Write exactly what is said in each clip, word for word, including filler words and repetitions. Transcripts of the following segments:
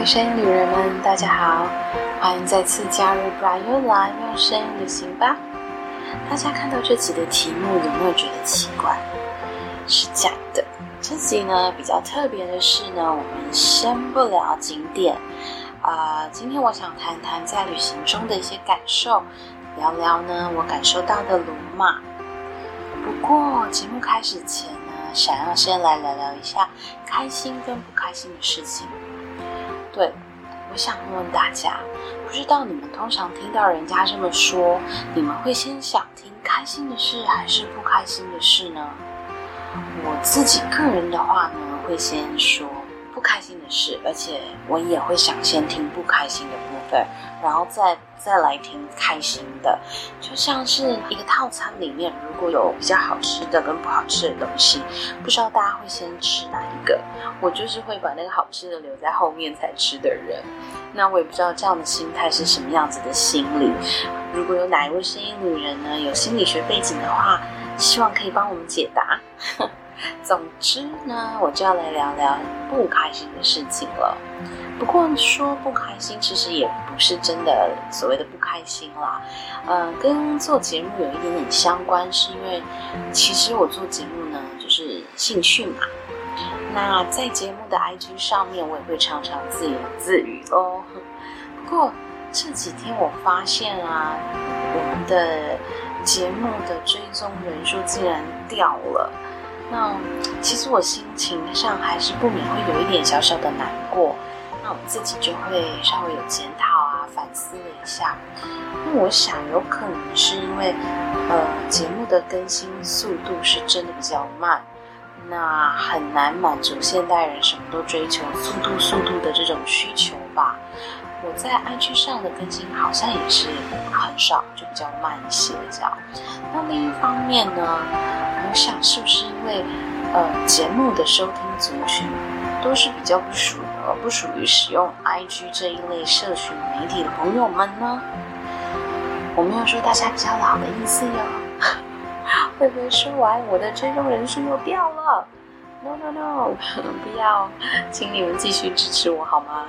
位声音旅人们，大家好，欢迎再次加入 Braille Live 用声音旅行吧。大家看到这集的题目有没有觉得奇怪？是这样的，这集呢比较特别的是呢，我们先不聊景点，呃，今天我想谈谈在旅行中的一些感受，聊聊呢我感受到的罗马。不过节目开始前呢，想要先来聊聊一下开心跟不开心的事情。对，我想问问大家，不知道你们通常听到人家这么说，你们会先想听开心的事还是不开心的事呢？我自己个人的话呢，会先说不开心的事，而且我也会想先听不开心的部分，然后再再来听开心的。就像是一个套餐里面，如果有比较好吃的跟不好吃的东西，不知道大家会先吃哪一个？我就是会把那个好吃的留在后面才吃的人。那我也不知道这样的心态是什么样子的心理。如果有哪一位声音旅人呢，有心理学背景的话，希望可以帮我们解答。总之呢，我就要来聊聊不开心的事情了。不过说不开心，其实也不是真的所谓的不开心啦。呃，跟做节目有一点点相关，是因为其实我做节目呢，就是兴趣嘛。那在节目的 I G 上面，我也会常常自言自语咯。不过这几天我发现啊，我们的节目的追踪人数竟然掉了。那其实我心情上还是不免会有一点小小的难过，那我自己就会稍微有检讨啊，反思了一下。因为我想有可能是因为呃节目的更新速度是真的比较慢，那很难满足现代人什么都追求速度速度的这种需求吧。我在 I G 上的更新好像也是很少，就比较慢一些这样。那另一方面呢，我想是不是因为呃节目的收听族群都是比较不属呃不属于使用 I G 这一类社群媒体的朋友们呢？我没有说大家比较老的意思哟。会不会说完我的追踪人数又掉了？ No no no 不要，请你们继续支持我好吗？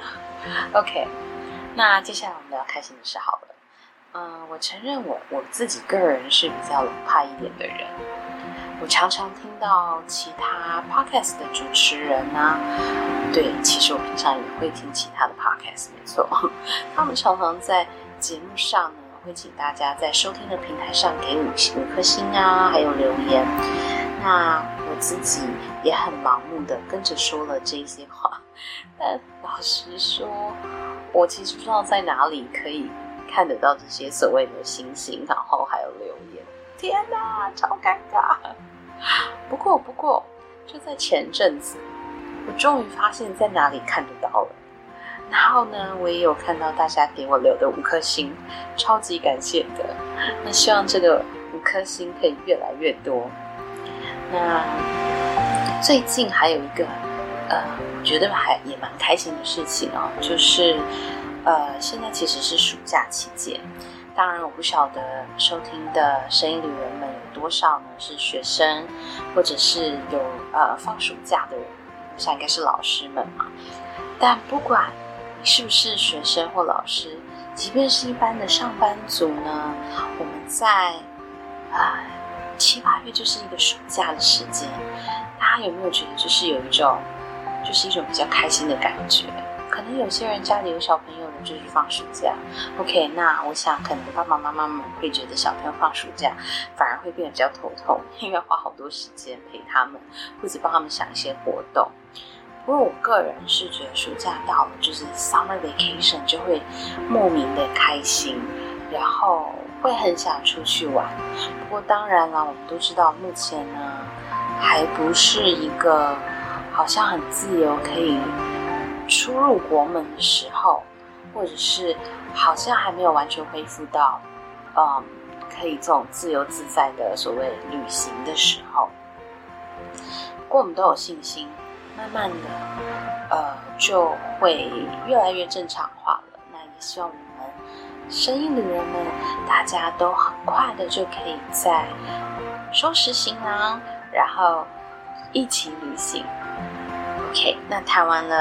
OK， 那接下来我们聊开心的事好了。嗯，我承认我我自己个人是比较冷派一点的人。我常常听到其他 podcast 的主持人啊，对，其实我平常也会听其他的 podcast， 没错。他们常常在节目上呢，会请大家在收听的平台上给五五颗星啊，还有留言。那我自己也很盲目的跟着说了这些话，但老实说，我其实不知道在哪里可以看得到这些所谓的星星，然后还有留言。天哪，超尴尬！不过不过，就在前阵子，我终于发现在哪里看得到了。然后呢，我也有看到大家给我留的五颗星，超级感谢的。那希望这个五颗星可以越来越多。那最近还有一个呃，我觉得还也蛮开心的事情哦，就是呃，现在其实是暑假期间。当然我不晓得收听的声音旅人们有多少呢是学生，或者是有呃放暑假的人，我想应该是老师们嘛。但不管你是不是学生或老师，即便是一般的上班族呢，我们在呃七八月就是一个暑假的时间，大家有没有觉得就是有一种就是一种比较开心的感觉？可能有些人家里有小朋友的就是放暑假 OK， 那我想可能爸爸妈妈们会觉得小朋友放暑假反而会变得比较头痛，因为要花好多时间陪他们，或者帮他们想一些活动。不过我个人是觉得暑假到了，就是 summer vacation 就会莫名的开心，然后会很想出去玩。不过当然啦，我们都知道目前呢还不是一个好像很自由可以出入国门的时候，或者是好像还没有完全恢复到嗯可以这种自由自在的所谓旅行的时候。不过我们都有信心，慢慢的呃就会越来越正常化了。那也希望我们声音旅人们大家都很快的就可以在收拾行囊，然后一起旅行。OK， 那谈完了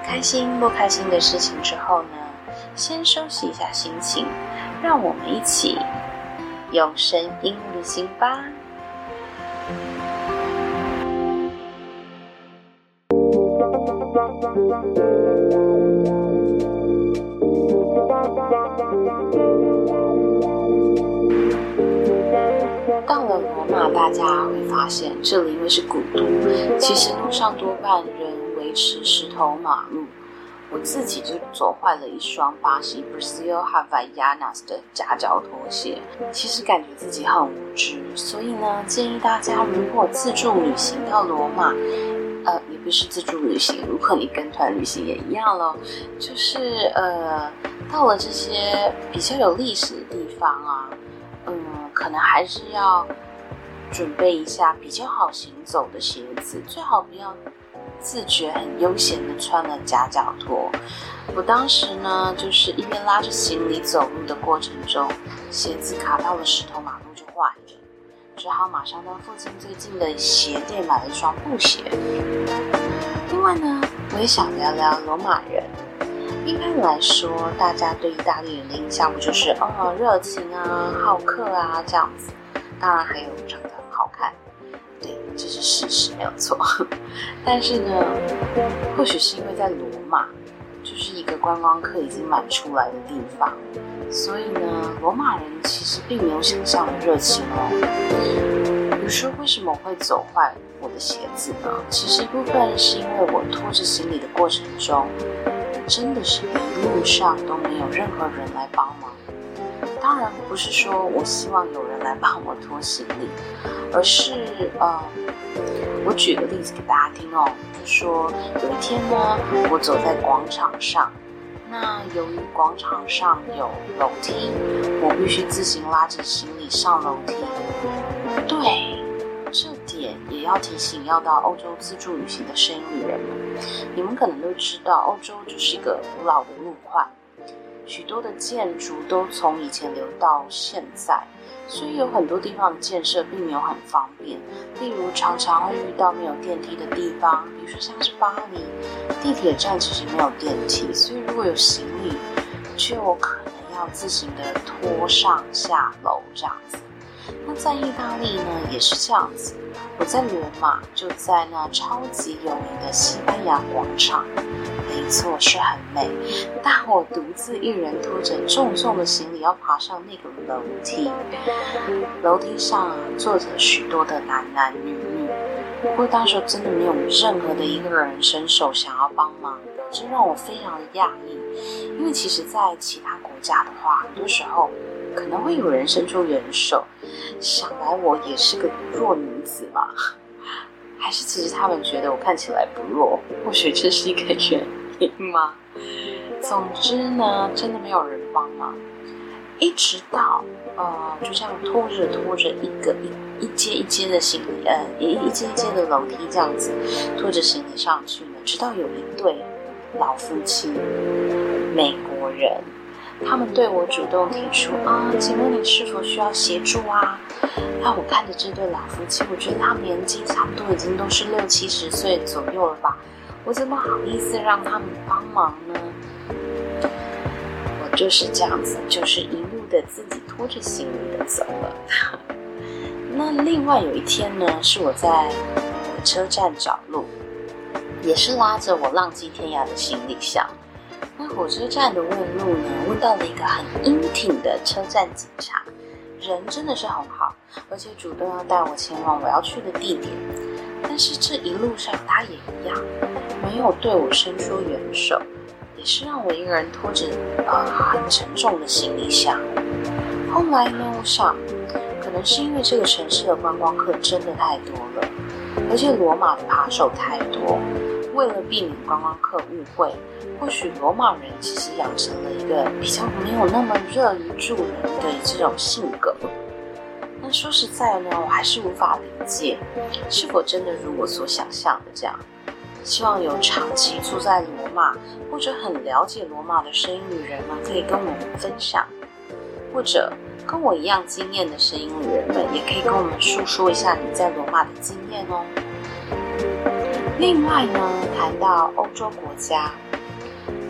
开心不开心的事情之后呢，先收拾一下心情，让我们一起用声音旅行吧。到了罗马，大家会发现这里因为是古都，其实路上多半人维持石头马路。我自己就走坏了一双巴西 Brazil Havaianas 的夹脚拖鞋，其实感觉自己很无知，所以呢，建议大家如果自助旅行到罗马，呃，也不是自助旅行，如果你跟团旅行也一样咯，就是呃，到了这些比较有历史的地方啊，嗯，可能还是要准备一下比较好行走的鞋子，最好不要自觉很悠闲的穿了夹脚拖。我当时呢，就是一边拉着行李走路的过程中，鞋子卡到了石头马路就坏了，只好马上到附近最近的鞋店买了一双布鞋。另外呢，我也想聊聊罗马人。一般来说，大家对意大利人的印象不就是哦热情啊、好客啊这样子，当然还有长得很好看。对，这是事实，没有错。但是呢，或许是因为在罗马，就是一个观光客已经满出来的地方，所以呢，罗马人其实并没有想象的热情哦。比如说，为什么我会走坏我的鞋子呢？其实一部分是因为我拖着行李的过程中，真的是一路上都没有任何人来帮忙。当然不是说我希望有人来帮我拖行李，而是呃，我举个例子给大家听哦，就说有一天呢，我走在广场上，那由于广场上有楼梯，我必须自行拉着行李上楼梯。对，这点也要提醒要到欧洲自助旅行的声音旅人们，你们可能都知道，欧洲就是一个古老的路块。许多的建筑都从以前留到现在，所以有很多地方的建设并没有很方便。例如常常会遇到没有电梯的地方，比如说像是巴黎，地铁站其实没有电梯，所以如果有行李，就可能要自行的拖上下楼这样子。那在意大利呢，也是这样子。我在罗马就在那超级有名的西班牙广场，没错，是很美。但我独自一人拖着重重的行李要爬上那个楼梯，楼梯上啊坐着许多的男男女女。不过当时真的没有任何的一个人伸手想要帮忙的，这让我非常的讶异。因为其实在其他国家的话，很多时候可能会有人伸出援手，想来我也是个弱女子嘛，还是其实他们觉得我看起来不弱，或许这是一个原因吗？总之呢，真的没有人帮忙，一直到呃就这样拖着拖着一个一一阶一阶的行李，呃一一阶一阶的楼梯这样子拖着行李上去呢，直到有一对老夫妻，美国人。他们对我主动提出啊，请问你是否需要协助啊？那我看着这对老夫妻，我觉得他们年纪差不多已经都是六七十岁左右了吧，我怎么好意思让他们帮忙呢？我就是这样子，就是一路的自己拖着行李的走了。那另外有一天呢，是我在火车站找路，也是拉着我浪迹天涯的行李箱。那火车站的问路呢，问到了一个很英挺的车站警察，人真的是很好，而且主动要带我前往我要去的地点。但是这一路上他也一样，没有对我伸出援手，也是让我一个人拖着呃很沉重的行李箱。后来呢，我想可能是因为这个城市的观光客真的太多了，而且罗马的扒手太多，为了避免观光客误会，或许罗马人其实养成了一个比较没有那么乐于助人的这种性格。那说实在呢，我还是无法理解，是否真的如我所想象的这样。希望有长期住在罗马或者很了解罗马的声音旅人们可以跟我们分享，或者跟我一样经验的声音旅人们也可以跟我们述说一下你在罗马的经验哦。另外呢，谈到欧洲国家，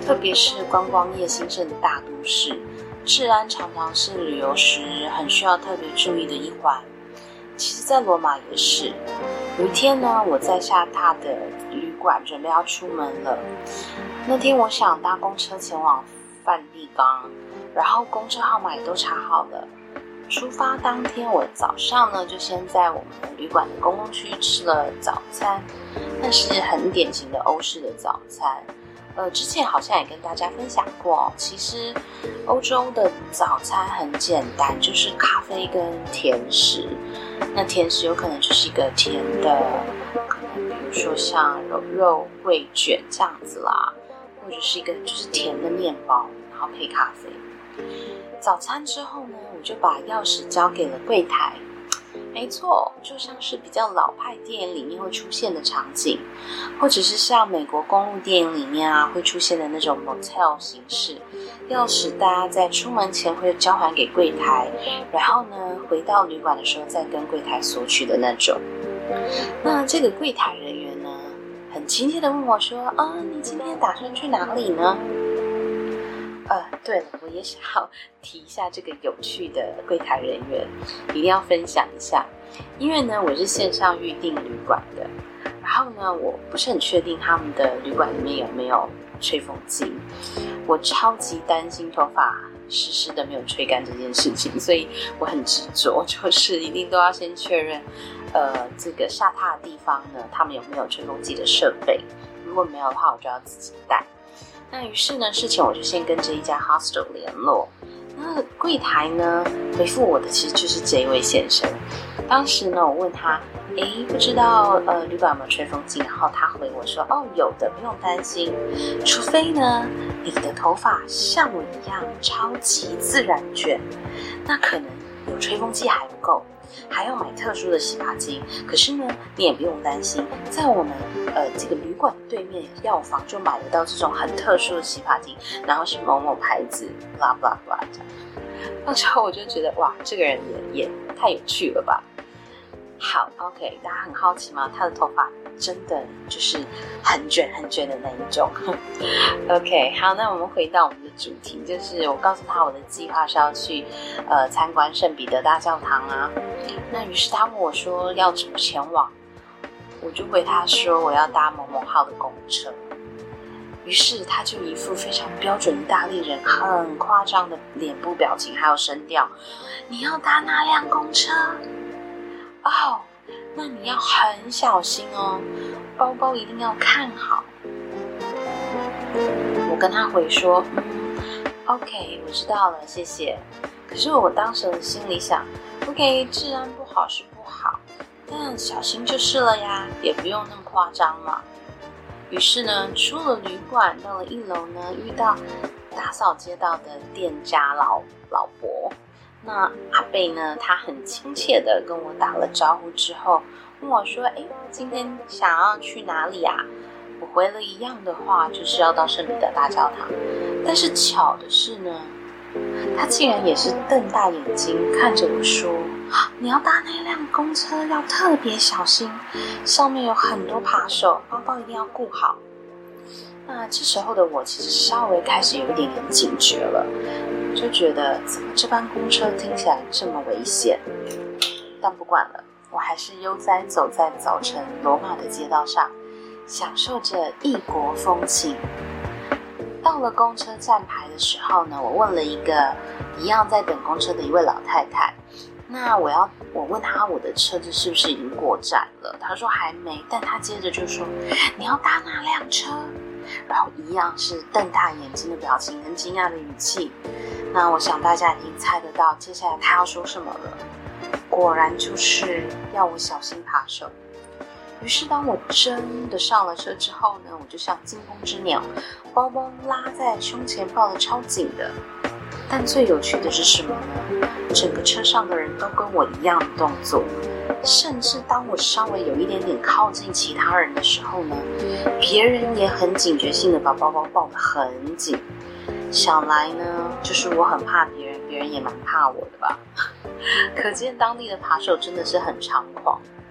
特别是观光业兴盛的大都市，治安常常是旅游时很需要特别注意的一环。其实在罗马也是。有一天呢，我在下榻的旅馆准备要出门了。那天我想搭公车前往梵蒂冈，然后公车号码也都查好了。出发当天，我早上呢就先在我们旅馆的公共区吃了早餐，那是很典型的欧式的早餐。呃，之前好像也跟大家分享过，其实欧洲的早餐很简单，就是咖啡跟甜食。那甜食有可能就是一个甜的，可能比如说像肉肉桂卷这样子啦，或者是一个就是甜的面包，然后配咖啡。早餐之后呢，我就把钥匙交给了柜台。没错，就像是比较老派电影里面会出现的场景，或者是像美国公路电影里面啊会出现的那种 motel 形式，钥匙大家在出门前会交还给柜台，然后呢回到旅馆的时候再跟柜台索取的那种。那这个柜台人员呢，很亲切的问我说：啊，你今天打算去哪里呢？呃，对了，我也想要提一下这个有趣的柜台人员，一定要分享一下。因为呢，我是线上预订旅馆的，然后呢，我不是很确定他们的旅馆里面有没有吹风机，我超级担心头发湿湿的没有吹干这件事情，所以我很执着，就是一定都要先确认，呃，这个下榻的地方呢，他们有没有吹风机的设备，如果没有的话，我就要自己带。那于是呢，事前我就先跟这一家 hostel 联络。那柜台呢回复我的其实就是这一位先生。当时呢，我问他，诶，不知道呃旅馆有没有吹风机？然后他回我说，哦，有的，不用担心。除非呢，你的头发像我一样超级自然卷，那可能有吹风机还不够，还要买特殊的洗发精。可是呢，你也不用担心，在我们呃这个旅馆对面药房就买得到这种很特殊的洗发精，然后是某某牌子 blah blah blah 这样。那时候我就觉得哇，这个人也也太有趣了吧。好 OK， 大家很好奇吗？他的头发真的就是很卷很卷的那一种。OK， 好，那我们回到我们的主题，就是我告诉他我的计划是要去呃参观圣彼得大教堂啊。那于是他问我说要怎么前往，我就回他说我要搭某某号的公车。于是他就一副非常标准意大利人很夸张的脸部表情还有声调，你要搭哪辆公车？哦，那你要很小心哦，包包一定要看好。我跟他回说，嗯 ，OK， 我知道了，谢谢。可是我当时的心里想 ，OK， 治安不好是不好，但小心就是了呀，也不用那么夸张嘛。于是呢，出了旅馆，到了一楼呢，遇到打扫街道的店家老老伯。那阿贝呢，他很亲切的跟我打了招呼之后，问我说：“哎，今天想要去哪里啊？”我回了一样的话，就是要到圣彼得大教堂。但是巧的是呢，他竟然也是瞪大眼睛看着我说：“你要搭那辆公车要特别小心，上面有很多扒手，包包一定要顾好。”那这时候的我其实稍微开始有一点点警觉了，就觉得怎么这班公车听起来这么危险？但不管了，我还是悠哉走在早晨罗马的街道上，享受着异国风情。到了公车站牌的时候呢，我问了一个一样在等公车的一位老太太，那我要我问她我的车子是不是已经过站了，她说还没，但她接着就说你要搭哪辆车？然后一样是瞪大眼睛的表情跟惊讶的语气。那我想大家已经猜得到接下来她要说什么了，果然就是要我小心扒手。于是当我真的上了车之后呢，我就像惊弓之鸟，包包拉在胸前抱得超紧的。但最有趣的是什么呢？整个车上的人都跟我一样的动作，甚至当我稍微有一点点靠近其他人的时候呢，别人也很警觉性的把包包抱得很紧。想来呢，就是我很怕别人，别人也蛮怕我的吧。可见当地的扒手真的是很猖狂。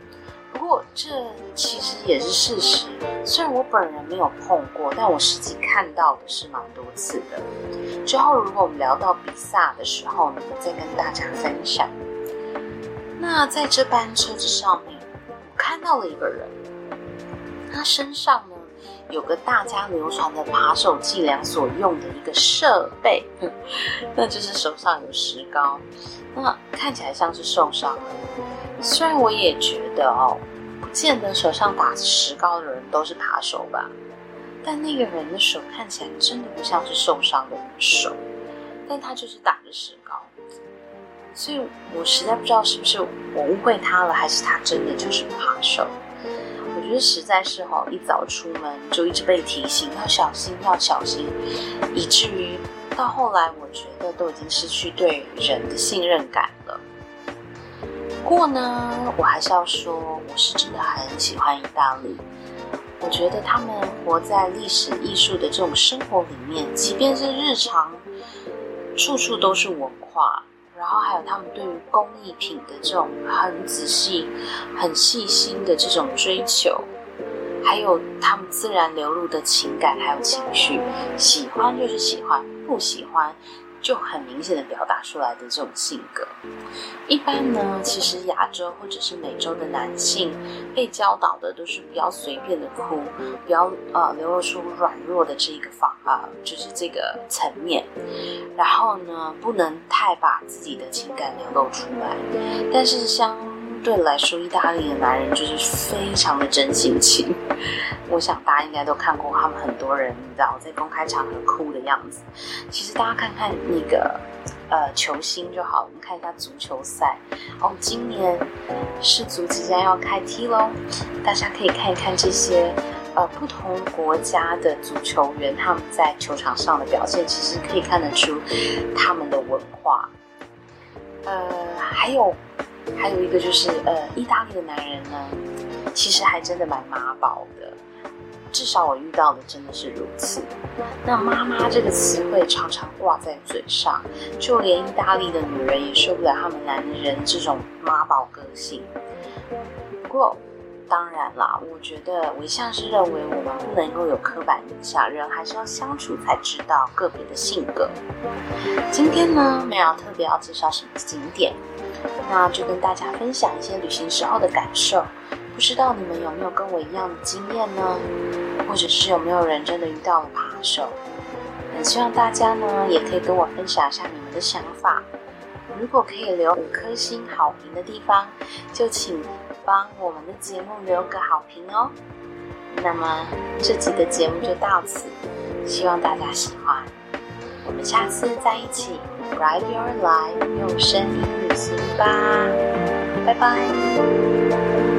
不过这其实也是事实，虽然我本人没有碰过，但我实际看到的是蛮多次的。之后如果我们聊到比萨的时候呢，再跟大家分享。那在这班车子上面，我看到了一个人，他身上呢有个大家流传的扒手计量所用的一个设备，那就是手上有石膏，那看起来像是受伤了。虽然我也觉得哦，不见得手上打石膏的人都是扒手吧，但那个人的手看起来真的不像是受伤的人的手，但他就是打着石膏，所以我实在不知道是不是我误会他了，还是他真的就是扒手。我觉得实在是哦，一早出门就一直被提醒要小心要小心，以至于到后来我觉得都已经失去对人的信任感了。不过呢，我还是要说，我是真的很喜欢意大利。我觉得他们活在历史艺术的这种生活里面，即便是日常，处处都是文化。然后还有他们对于工艺品的这种很仔细、很细心的这种追求，还有他们自然流露的情感还有情绪，喜欢就是喜欢，不喜欢就很明显的表达出来的这种性格。一般呢，其实亚洲或者是美洲的男性被教导的都是不要随便的哭，不要呃流露出软弱的这一个方啊、呃，就是这个层面。然后呢，不能太把自己的情感流露出来。但是相对来说，意大利的男人就是非常的真性情。我想大家应该都看过他们很多人，你知道在公开场合哭的样子。其实大家看看那个呃球星就好，我们看一下足球赛。哦，今年世足即将要开踢咯，大家可以看一看这些呃不同国家的足球员他们在球场上的表现，其实可以看得出他们的文化。呃，还有还有一个就是呃，意大利的男人呢，其实还真的蛮妈宝的，至少我遇到的真的是如此。那妈妈这个词汇常常挂在嘴上，就连意大利的女人也受不了他们男人这种妈宝个性。不过当然啦，我觉得我一向是认为我们不能够有刻板印象，人还是要相处才知道个别的性格。今天呢，没有特别要介绍什么景点，那就跟大家分享一些旅行时候的感受。不知道你们有没有跟我一样的经验呢？或者是有没有人真的遇到了扒手？很希望大家呢也可以跟我分享一下你们的想法。如果可以留五颗星好评的地方，就请帮我们的节目留个好评哦。那么这集的节目就到此，希望大家喜欢。我们下次再一起 Ride Your Life， 用声音旅行吧，拜拜。